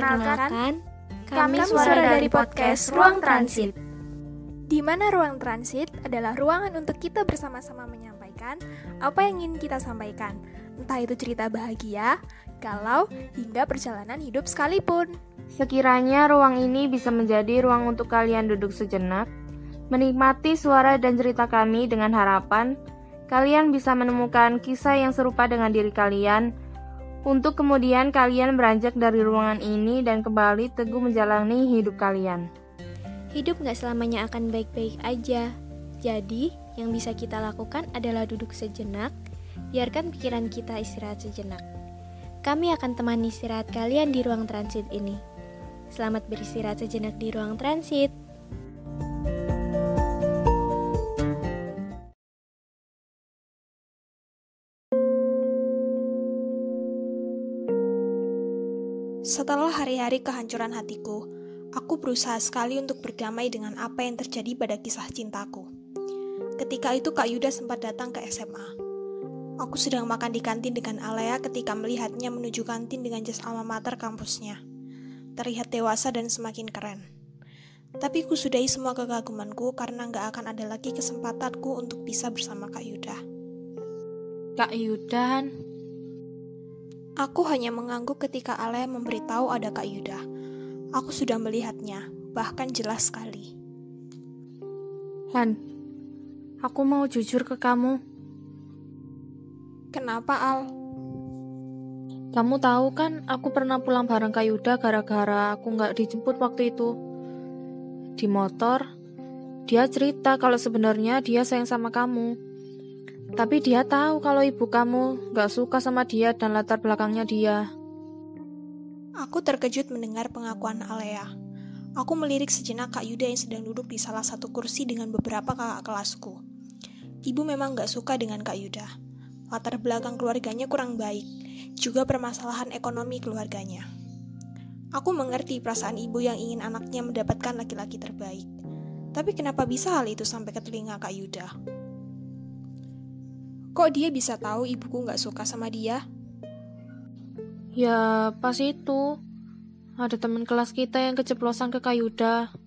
Perkenalkan, kami suara dari podcast Ruang Transit. Di mana ruang transit adalah ruangan untuk kita bersama-sama menyampaikan apa yang ingin kita sampaikan, entah itu cerita bahagia, galau, hingga perjalanan hidup sekalipun. Sekiranya ruang ini bisa menjadi ruang untuk kalian duduk sejenak, menikmati suara dan cerita kami dengan harapan kalian bisa menemukan kisah yang serupa dengan diri kalian, untuk kemudian kalian beranjak dari ruangan ini dan kembali teguh menjalani hidup kalian. Hidup gak selamanya akan baik-baik aja. Jadi, yang bisa kita lakukan adalah duduk sejenak, biarkan pikiran kita istirahat sejenak. Kami akan temani istirahat kalian di ruang transit ini. Selamat beristirahat sejenak di ruang transit. Setelah hari-hari kehancuran hatiku, aku berusaha sekali untuk berdamai dengan apa yang terjadi pada kisah cintaku. Ketika itu Kak Yuda sempat datang ke SMA. Aku sedang makan di kantin dengan Alea ketika melihatnya menuju kantin dengan jas alma mater kampusnya. Terlihat dewasa dan semakin keren. Tapi ku sudahi semua kekagumanku karena gak akan ada lagi kesempatanku untuk bisa bersama Kak Yuda. Kak Yudan. Aku hanya mengangguk ketika Alea memberitahu ada Kak Yuda. Aku sudah melihatnya, bahkan jelas sekali. Han, aku mau jujur ke kamu. Kenapa, Al? Kamu tahu kan aku pernah pulang bareng Kak Yuda gara-gara aku gak dijemput waktu itu. Di motor, dia cerita kalau sebenarnya dia sayang sama kamu. Tapi dia tahu kalau ibu kamu gak suka sama dia dan latar belakangnya dia. Aku terkejut mendengar pengakuan Alea. Aku melirik sejenak Kak Yuda yang sedang duduk di salah satu kursi dengan beberapa kakak kelasku. Ibu memang gak suka dengan Kak Yuda. Latar belakang keluarganya kurang baik, juga permasalahan ekonomi keluarganya. Aku mengerti perasaan ibu yang ingin anaknya mendapatkan laki-laki terbaik. Tapi kenapa bisa hal itu sampai ke telinga Kak Yuda? Kok dia bisa tahu ibuku gak suka sama dia? Ya pas itu ada teman kelas kita yang keceplosan ke Kak Yuda.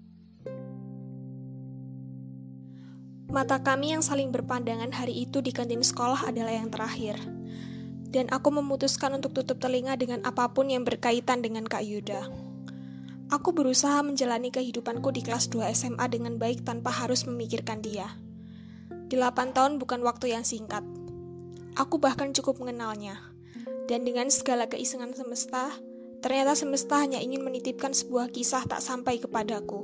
Mata kami yang saling berpandangan hari itu di kantin sekolah adalah yang terakhir. Dan aku memutuskan untuk tutup telinga dengan apapun yang berkaitan dengan Kak Yuda. Aku berusaha menjalani kehidupanku di kelas 2 SMA dengan baik tanpa harus memikirkan dia. 8 tahun bukan waktu yang singkat. Aku bahkan cukup mengenalnya. Dan dengan segala keisengan semesta, ternyata semesta hanya ingin menitipkan sebuah kisah tak sampai kepadaku.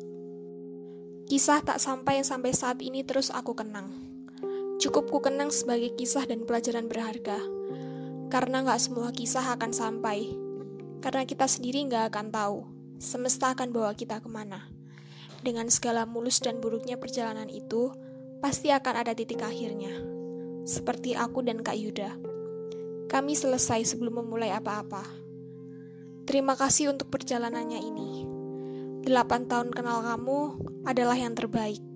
Kisah tak sampai yang sampai saat ini terus aku kenang. Cukup ku kenang sebagai kisah dan pelajaran berharga. Karena gak semua kisah akan sampai. Karena kita sendiri gak akan tahu, semesta akan bawa kita kemana. Dengan segala mulus dan buruknya perjalanan itu, pasti akan ada titik akhirnya. Seperti aku dan Kak Yuda. Kami selesai sebelum memulai apa-apa. Terima kasih untuk perjalanannya ini. 8 tahun kenal kamu adalah yang terbaik.